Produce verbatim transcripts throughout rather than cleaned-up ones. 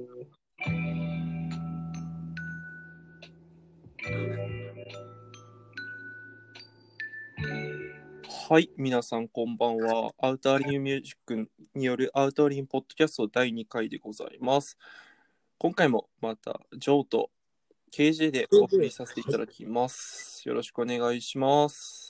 はい、皆さんこんばんは。アウターリンミュージックによるアウターリンポッドキャストだいにかいでございます。今回もまたジョーと ケージェー でお送りさせていただきます。よろしくお願いします。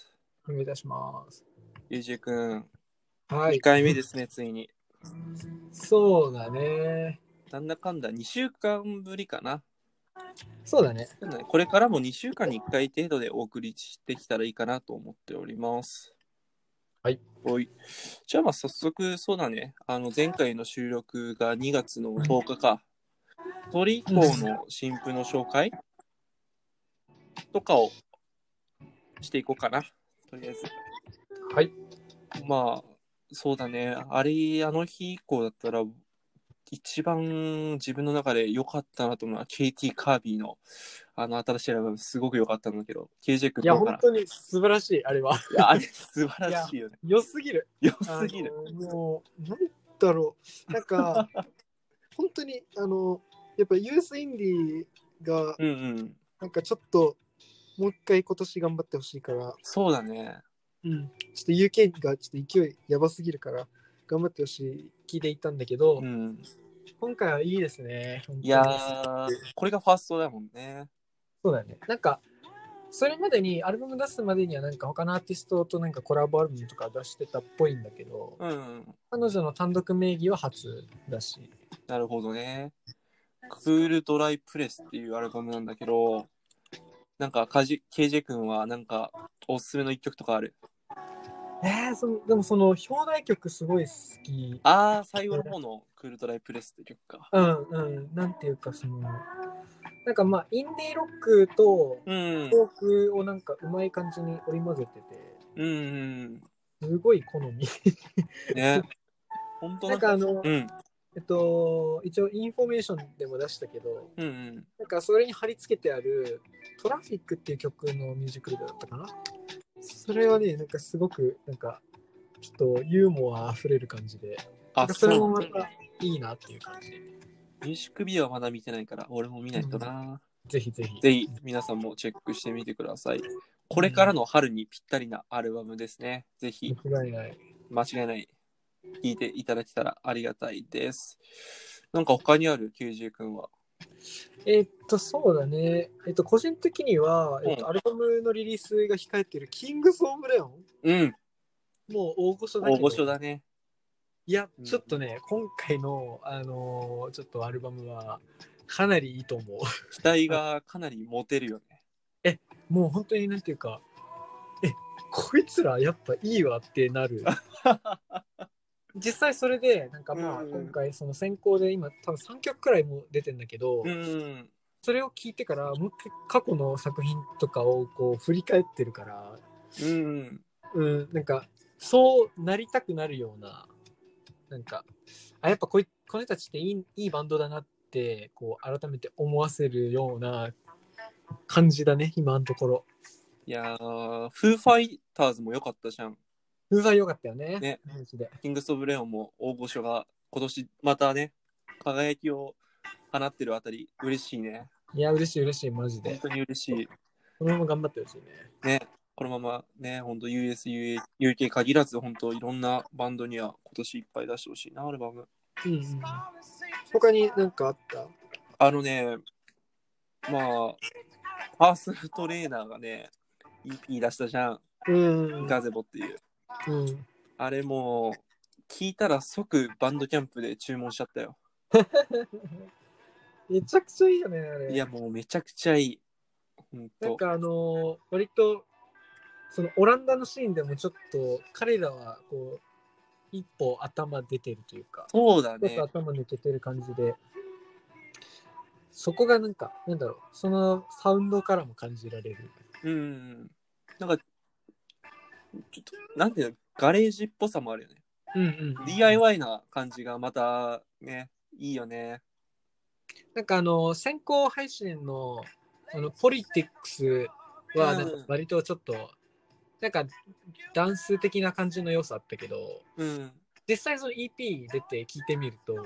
お願いいたします。 ケージェー くん、 はい。 にかいめですね、ついに。 そうだね。 なんだかんだにしゅうかんぶりかな。 そうだね。 これからもにしゅうかんにいっかい程度でお送りしてきたらいいかなと思っております。 はい。 おい。じゃあまあ早速そうだね。あの前回の収録がにがつのとおかか。それ以降の新譜の紹介とかをしていこうかな。とりあえず。 はい。 まあそうだね。あれあの日以降だったら一番自分の中で良かったなと思うのは ケーティー カービーのあの新しいアルバムすごく良かったんだけど、ケージェー 君いや、 どうかな。 本当に素晴らしい、あれは。 いや、あれ素晴らしいよね。 良すぎる。 良すぎる。 もう、なんだろう。なんか、本当に、あの、やっぱユースインディーが、 うんうん。 なんかちょっと、もう一回今年頑張ってほしいから。 そうだね。 うん。ちょっと ユーケー がちょっと勢いやばすぎるから、頑張ってほしい、聞いていたんだけど、 うん、 今回はいいですね。 いやー、これがファーストだもんね。 そうだよね。なんか、それまでにアルバム出すまでにはなんか他のアーティストとなんかコラボアルバムとか出してたっぽいんだけど、 うん。 彼女の単独名義は初だし。 なるほどね。クールドライプレスっていうアルバムなんだけど、なんかカジ ケージェー 君はなんかおすすめの一曲とかある？ えー、そのでもその表題曲すごい好き。 あー、最後の方のクールドライプレスって曲か。 うんうん。なんていうかその、なんかまあインディーロックとフォークをなんかうまい感じに織り交ぜてて、 うんうんすごい好み。 ね。本当なんかあの、 うん、 えっと、一応インフォメーションでも出したけど、 うんうん、 なんかそれに貼り付けてあるトラフィックっていう曲のミュージックビデオだったかな。それはね、なんかすごくなんかちょっとユーモア溢れる感じで、なんかそれもまたいいなっていう感じで。 ミュージックビデオはまだ見てないから俺も見ないとな、うん、 ぜひぜひぜひ皆さんもチェックしてみてください。これからの春にぴったりなアルバムですね。ぜひ間違いない間違いない聞いていただけたらありがたいです。なんか他にある？ ケージェー 君は。 えー、っとそうだね、えっと個人的には、えっと、うん、アルバムのリリースが控えてるキングス・オブ・レオン、 うん、 もう大御所だけど、 大御所だね。 いやちょっとね、うん、今回のあのー、ちょっとアルバムはかなりいいと思う。 期待がかなり持てるよね。 え、もう本当になんていうか、え、こいつらやっぱいいわってなる。実際それでなんかまあ今回その選考で今多分さんきょくくらいも出てんだけど、 うん、 それを聞いてからもう過去の作品とかをこう振り返ってるから、 うん、 うん、なんかそうなりたくなるような、なんかあやっぱこいこの人たちっていい、いいバンドだなってこう改めて思わせるような感じだね今のところ。 いやー、フーファイターズも良かったじゃん。 フーファイ良かったよね。 ね、キングス・オブ・レオンも大御所が今年またね、輝きを放ってるあたり、嬉しいね。 いや、嬉しい嬉しい、マジで。 本当に嬉しい。 このまま頑張ってほしいね。ね、このままね、本当 ユーエス、ユーケー 限らず、本当いろんなバンドには今年いっぱい出してほしいな、アルバム。 うんうん。他に何かあった？ あのね、まあ、パーソナルトレーナーがね、イーピー 出したじゃん。 うん。 ガゼボっていう。 うん。 あれもう、聞いたら即バンドキャンプで注文しちゃったよ。 めちゃくちゃいいよね、あれ。 いや、もうめちゃくちゃいい。ほんと。 なんかあのー、割と、そのオランダのシーンでもちょっと、彼らはこう、一歩頭出てるというか、 そうだね。 ちょっと頭抜けてる感じで、そこがなんか、なんだろう、そのサウンドからも感じられる。 うん。なんか、ちょっと、なんていうの、ガレージっぽさもあるよね。 うんうん。 ディーアイワイ な感じがまたね、いいよね。 なんかあの、先行配信の、あの、ポリティックスは、なんか割とちょっと、うん、なんか、ダンス的な感じの良さあったけど、 うん、 実際その イーピー 出て聞いてみると、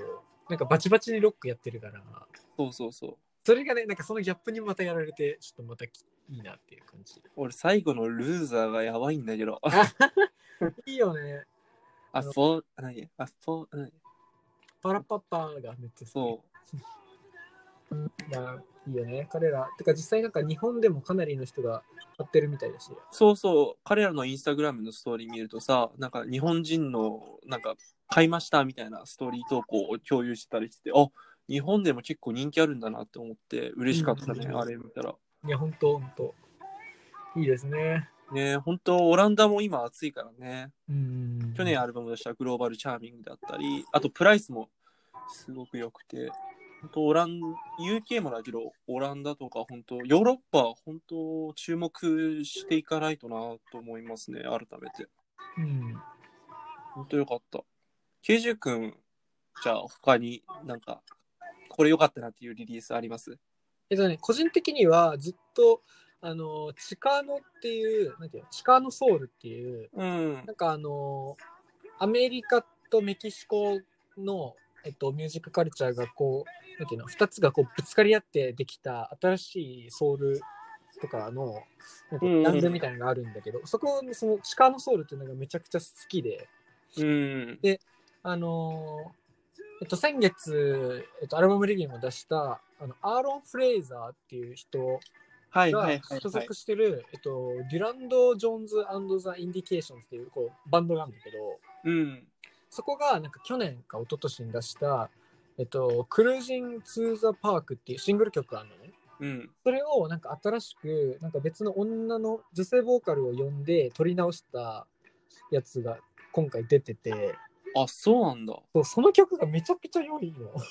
なんかバチバチにロックやってるから、 そうそうそう。 それがね、なんかそのギャップにまたやられて、ちょっとまたいいなっていう感じ。 俺、最後のルーザーがやばいんだけど。 いいよね。 あ、フォー、何あ、フォー、何パラッパッパーがめっちゃ好き。 そう。 いや、いいよね。彼ら。てか実際なんか日本でもかなりの人が買ってるみたいだし。 そうそう。彼らのインスタグラムのストーリー見るとさ、なんか日本人の、なんか、買いましたみたいなストーリー投稿を共有してたりして、あ、日本でも結構人気あるんだなって思って嬉しかったね、 うん、 あれ見たら。 いや、ほんと、ほんと。いいですね。 ね、本当オランダも今暑いからね。 うん。 去年アルバム出したグローバルチャーミングだったり、あとプライスもすごく良くて、本当オラン ユーケー もだけど、オランダとか本当ヨーロッパ本当注目していかないとなと思いますね、改めて。 うん。 本当良かった。ケイジュ君、じゃあ他になんかこれ良かったなっていうリリースあります？ えっとね、個人的にはずっと、あの、チカノっていう、なんていうの、チカノソウルっていう、 うん。 なんかあの、アメリカとメキシコの、えっと、ミュージックカルチャーがこう、なんていうの、二つがこうぶつかり合ってできた新しいソウルとかの、なんていうの、ジャンルみたいなのがあるんだけど、そこのそのチカノソウルっていうのがめちゃくちゃ好きで、 うん。 で、あのーえっと、先月、えっと、アルバムレビューも出した、あの、アーロン・フレイザーっていう人がはいはいはいはい。 所属してる、えっと、デュランド・ジョーンズ・ザ・インディケーションっていう、こう、バンドなんだけど、 うん。 そこが、なんか去年か一昨年に出した、えっと、クルージング・ツー・ザ・パークっていうシングル曲があるのね。 うん。 それをなんか新しく、なんか別の女の女性ボーカルを呼んで撮り直したやつが今回出てて、 あ、そうなんだ。 そうその曲がめちゃくちゃ良いの。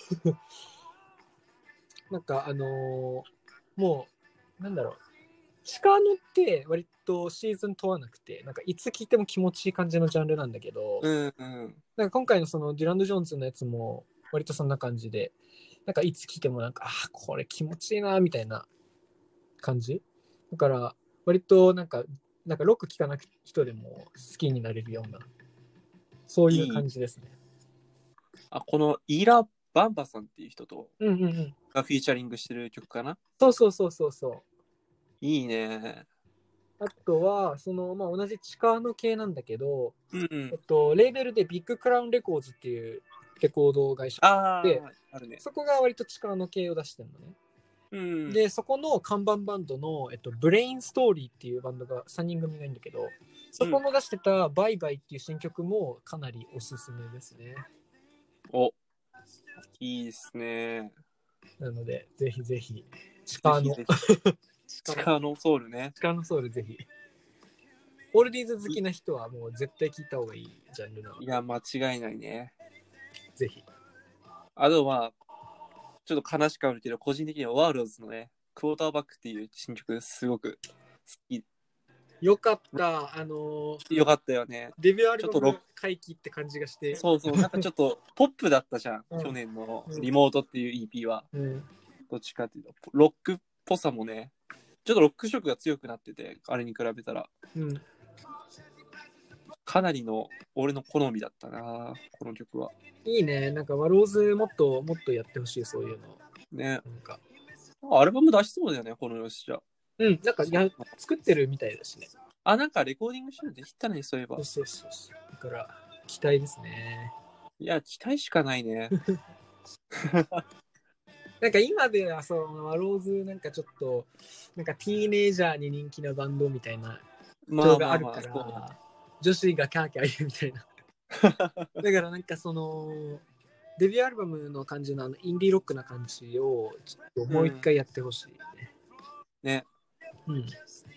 なんかあのーもう、なんだろう、チカノって割とシーズン問わなくて、なんかいつ聴いても気持ちいい感じのジャンルなんだけど、 うんうん。 なんか今回のそのデュランド・ジョーンズのやつも割とそんな感じで、なんかいつ聴いてもなんか、ああ、これ気持ちいいな、みたいな感じ。だから割となんか、なんかロック聴かなく人でも好きになれるような、そういういい。 感じですね。 あ、このイーラ・バンバさんっていう人とうんうんうん。 がフィーチャリングしてる曲かな。 そうそうそうそうそう。 いいね。 あとは、その、まあ、同じ地下の系なんだけど、 うんうん。 えっと、レーベルでビッグクラウンレコーズっていうレコード会社で、 ああ、あるね。 そこが割と地下の系を出してるのね。 うん。 で、そこの看板バンドの、えっと、ブレインストーリーっていうバンドがさんにん組がいるんだけど、そこの出してたバイバイっていう新曲もかなりおすすめですね。 お、いいですね。 なので、ぜひぜひ、地ぜ下の、 ひぜひ。地下のソウルね。 地下のソウルぜひ。オールディーズ好きな人はもう絶対聞いた方がいいジャンルなので。 いや、間違いないね。 ぜひ。 あとは、ちょっと悲しくなるけど、個人的にはワールドズのね、クォーターバックっていう新曲、すごく好き。 よかった。あのー、 よかったよね。 デビューアルバムちょっとロック回帰って感じがして。 そうそう、なんかちょっとポップだったじゃん、 うん、 去年のリモートっていう イーピー は。 うん。 どっちかっていうと、ロックっぽさもね、ちょっとロック色が強くなってて、あれに比べたら、 うん、 かなりの俺の好みだったな、この曲は。 いいね。なんか、ワローズもっともっとやってほしい、そういうの。 ね。 なんか、 アルバム出しそうだよね、このよしじゃ。 うん、なんかや、作ってるみたいだしね。 あ、なんかレコーディングしてるできたね、そういえば。 そうそうそうそう。だから、期待ですね。 いや、期待しかないね。 なんか今ではそのワローズなんかちょっとなんかティーネイジャーに人気のバンドみたいな情まあまあまあ、 があるから、 そうね。 女子がキャーキャー言うみたいな。だからなんかそのデビューアルバムの感じのあのインディーロックな感じをちょっともう一回やってほしいね。 ね。 うん。 い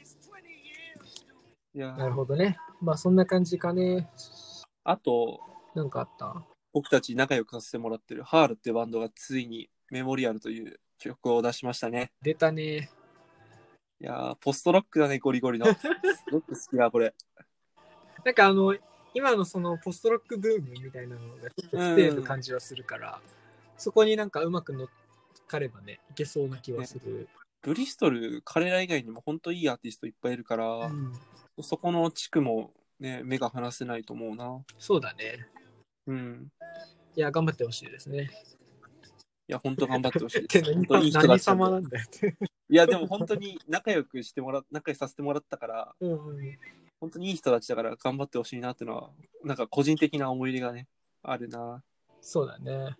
や、 なるほどね。まあそんな感じかね。 あと、 なんかあった？ 僕たち仲良くさせてもらってるハールってバンドがついにメモリアルという曲を出しましたね。 出たね。 いやー、ポストロックだね、ゴリゴリの。すごく好きだ、これ。 なんかあの今のそのポストロックブームみたいなのがちょっと来てる感じはするから、そこになんかうまく乗っかればね、いけそうな気はする。 ね、ブリストル、彼ら以外にも本当いいアーティストいっぱいいるから、うん、そこの地区もね、目が離せないと思うな。 そうだね。 うん。 いや、頑張ってほしいですね。 や、本当頑張ってほしいです。 って何本当いい人だ何ったんで。 様なんだよって。 いや、でも本当に仲良くしてもら、仲良くさせてもらったから、 うんうん、 本当にいい人たちだから頑張ってほしいなっていうのは、なんか個人的な思い入れがね、あるな。 そうだね。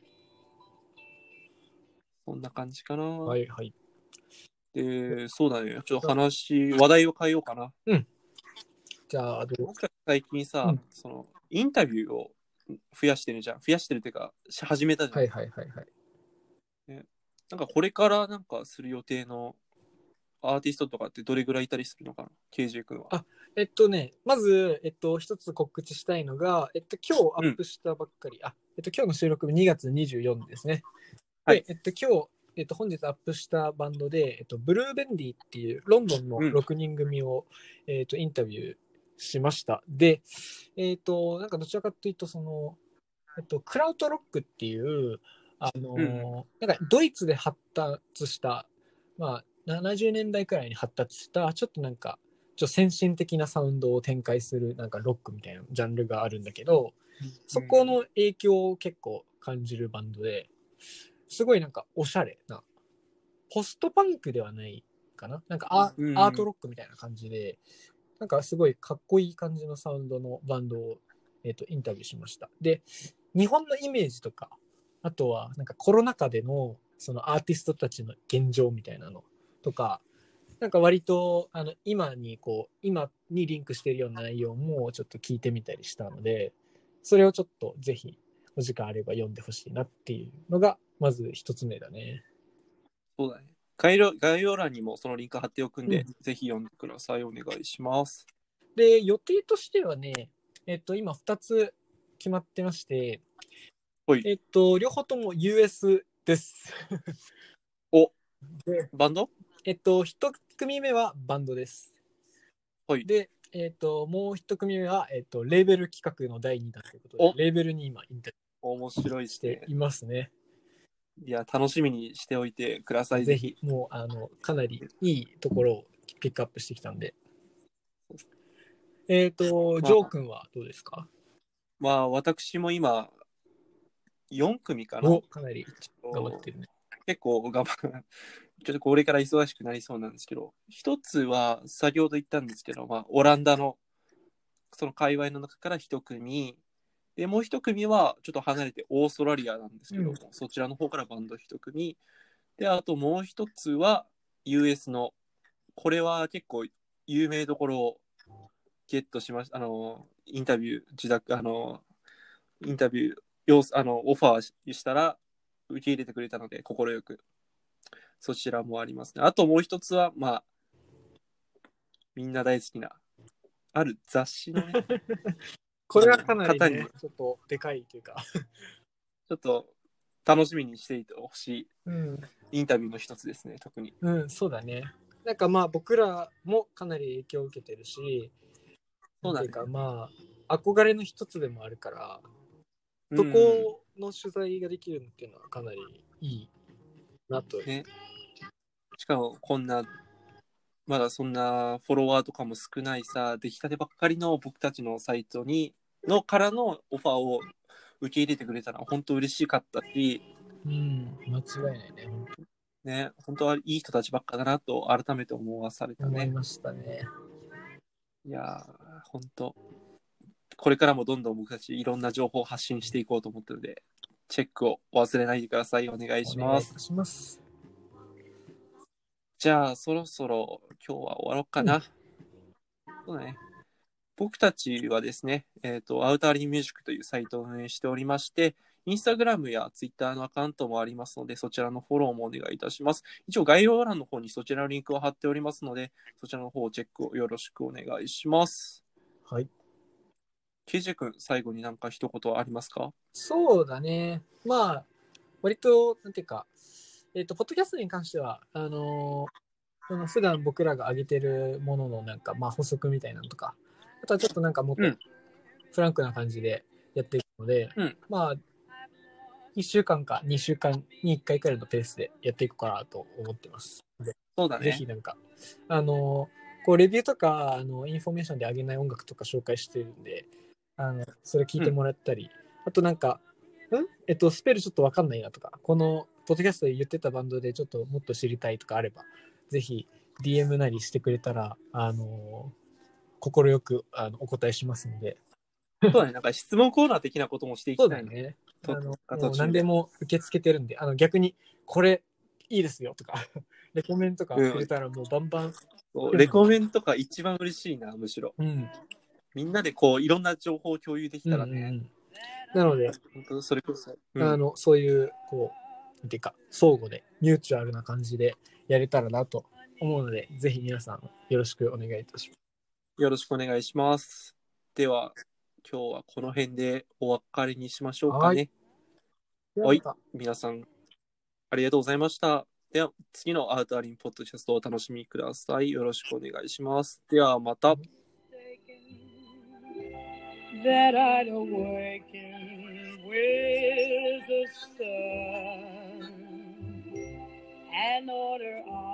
そんな感じかな。 はいはい。 で、そうだね。ちょっと話、話題を変えようかな。 うん。じゃあ、どう僕たち最近さ、 うんその、インタビューを増やしてるじゃん。増やしてるっていうか、し始めたじゃん。 はいはいはいはい。 ね、なんかこれからなんかする予定のアーティストとかってどれぐらいいたりするのかな、ケージェー 君は。 あ、えっとね、まず、えっと、一つ告知したいのが、えっと、今日アップしたばっかり、うん、あ、えっと、今日の収録日にがつにじゅうよっかですね。 はい。 で、えっと、今日、えっと、本日アップしたバンドで、えっと、ブルーベンディっていうロンドンのろくにん組を、うん、えっと、インタビューしました。で、えっと、なんかどちらかというと、その、えっと、クラウトロックっていう、あの、うん、なんかドイツで発達した、まあ、ななじゅうねんだいくらいに発達した、ちょっとなんか、ちょ先進的なサウンドを展開する、なんかロックみたいなジャンルがあるんだけど、そこの影響を結構感じるバンドで、すごいなんかおしゃれな、ポストパンクではないかな、なんかア、うん、アートロックみたいな感じで、なんかすごいかっこいい感じのサウンドのバンドを、えーと、インタビューしました。で、日本のイメージとか、あとはなんかコロナ禍でのそのアーティストたちの現状みたいなのとか、なんか割とあの今にこう今にリンクしているような内容もちょっと聞いてみたりしたので、それをちょっとぜひお時間あれば読んでほしいなっていうのがまず一つ目だね。 そうだね。概要概要欄にもそのリンク貼っておくんで、うん、ぜひ読んでください。お願いします。 で、予定としてはね、えっと、今ふたつ決まってまして、えっと、両方とも ユーエス です。 お、バンド？ えっと、一組目はバンドです。 はい。 で、えっと、もう一組目は、えっと、レーベル企画のだいにだんということで、レーベルに今インタビュー面白いしていますね。 いや、楽しみにしておいてください。 ぜひ、もう、あの、かなりいいところをピックアップしてきたんで。えっと、ジョー君はどうですか？ まあ、私も今、よん組かな。 お、かなり頑張ってるね。 結構頑張る。ちょっとこれから忙しくなりそうなんですけど、一つは先ほど言ったんですけど、まあ、オランダのその界隈の中から一組、で、もう一組はちょっと離れてオーストラリアなんですけども、うん、そちらの方からバンド一組、で、あともう一つは ユーエス の、これは結構有名どころをゲットしました。あの、インタビュー、自宅、あの、インタビュー、様子、あの、オファーしたら受け入れてくれたので、快く。そちらもありますね。あともう一つは、まあ、みんな大好きな、ある雑誌のね、 これはかなり、ね、ちょっとでかいというか、 ちょっと楽しみにしていてほしい、 うん、 インタビューの一つですね、特に。 うん、そうだね。なんかまあ僕らもかなり影響を受けてるし、そうだね。ていうかまあ憧れの一つでもあるから、そこの取材ができるっていうのはかなりいいなと。 ね。しかもこんな、まだそんなフォロワーとかも少ないさ、出来たてばっかりの僕たちのサイトに、のからのオファーを受け入れてくれたのは本当嬉しかったし、 うん、間違いないね、本当ね、本当はいい人たちばっかだなと改めて思わされたね。 思いましたね。 いやー、本当これからもどんどん僕たちいろんな情報を発信していこうと思ってるので、チェックを忘れないでください。お願いします。 お願いします。 じゃあ、そろそろ今日は終わろうかな。うん、そうだね。僕たちはですね、えっと、アウターリーミュージックというサイトを運営しておりまして、インスタグラムやツイッターのアカウントもありますので、そちらのフォローもお願いいたします。一応概要欄の方にそちらのリンクを貼っておりますので、そちらの方をチェックをよろしくお願いします。 はい。 ケイジェ君、最後に何か一言ありますか？ そうだね。まあ、割と、なんていうか、えっと、ポッドキャストに関しては、あのー、その普段僕らが上げてるもののなんか、まあ、補足みたいなのとか、あとはちょっとなんかもっとフランクな感じでやっていくので、うん、まあ、いっしゅうかんかにしゅうかんにいっかいくらいのペースでやっていこうかなと思ってます。 そうだね。 ぜひなんか、あの、こうレビューとか、あの、インフォメーションで上げない音楽とか紹介してるんで、あの、それ聞いてもらったり、うん、あとなんか、んえっと、スペルちょっとわかんないなとか、このポッドキャストで言ってたバンドでちょっともっと知りたいとかあれば、ぜひ ディーエム なりしてくれたら、あの心よくあのお答えしますので。 そうだね、なんか質問コーナー的なこともしていきたいね。 あのもう何でも受け付けてるんで、あの逆にこれいいですよとか、レコメンとかくれたらもうバンバン、 うん、レコメンとか一番嬉しいな、むしろ。 うん、 みんなでこういろんな情報を共有できたらね。 うんうんうん、なので、 本当それこそ、 うん、あのそういうこうてか相互でミューチュアルな感じでやれたらなと思うので、ぜひ皆さんよろしくお願いいたします。 よろしくお願いします。では今日はこの辺でお別れにしましょうかね。はい、はい、皆さんありがとうございました。では次のアウトアリンポッドキャストをお楽しみください。よろしくお願いします。ではまた。That I'd awaken with the sun and order on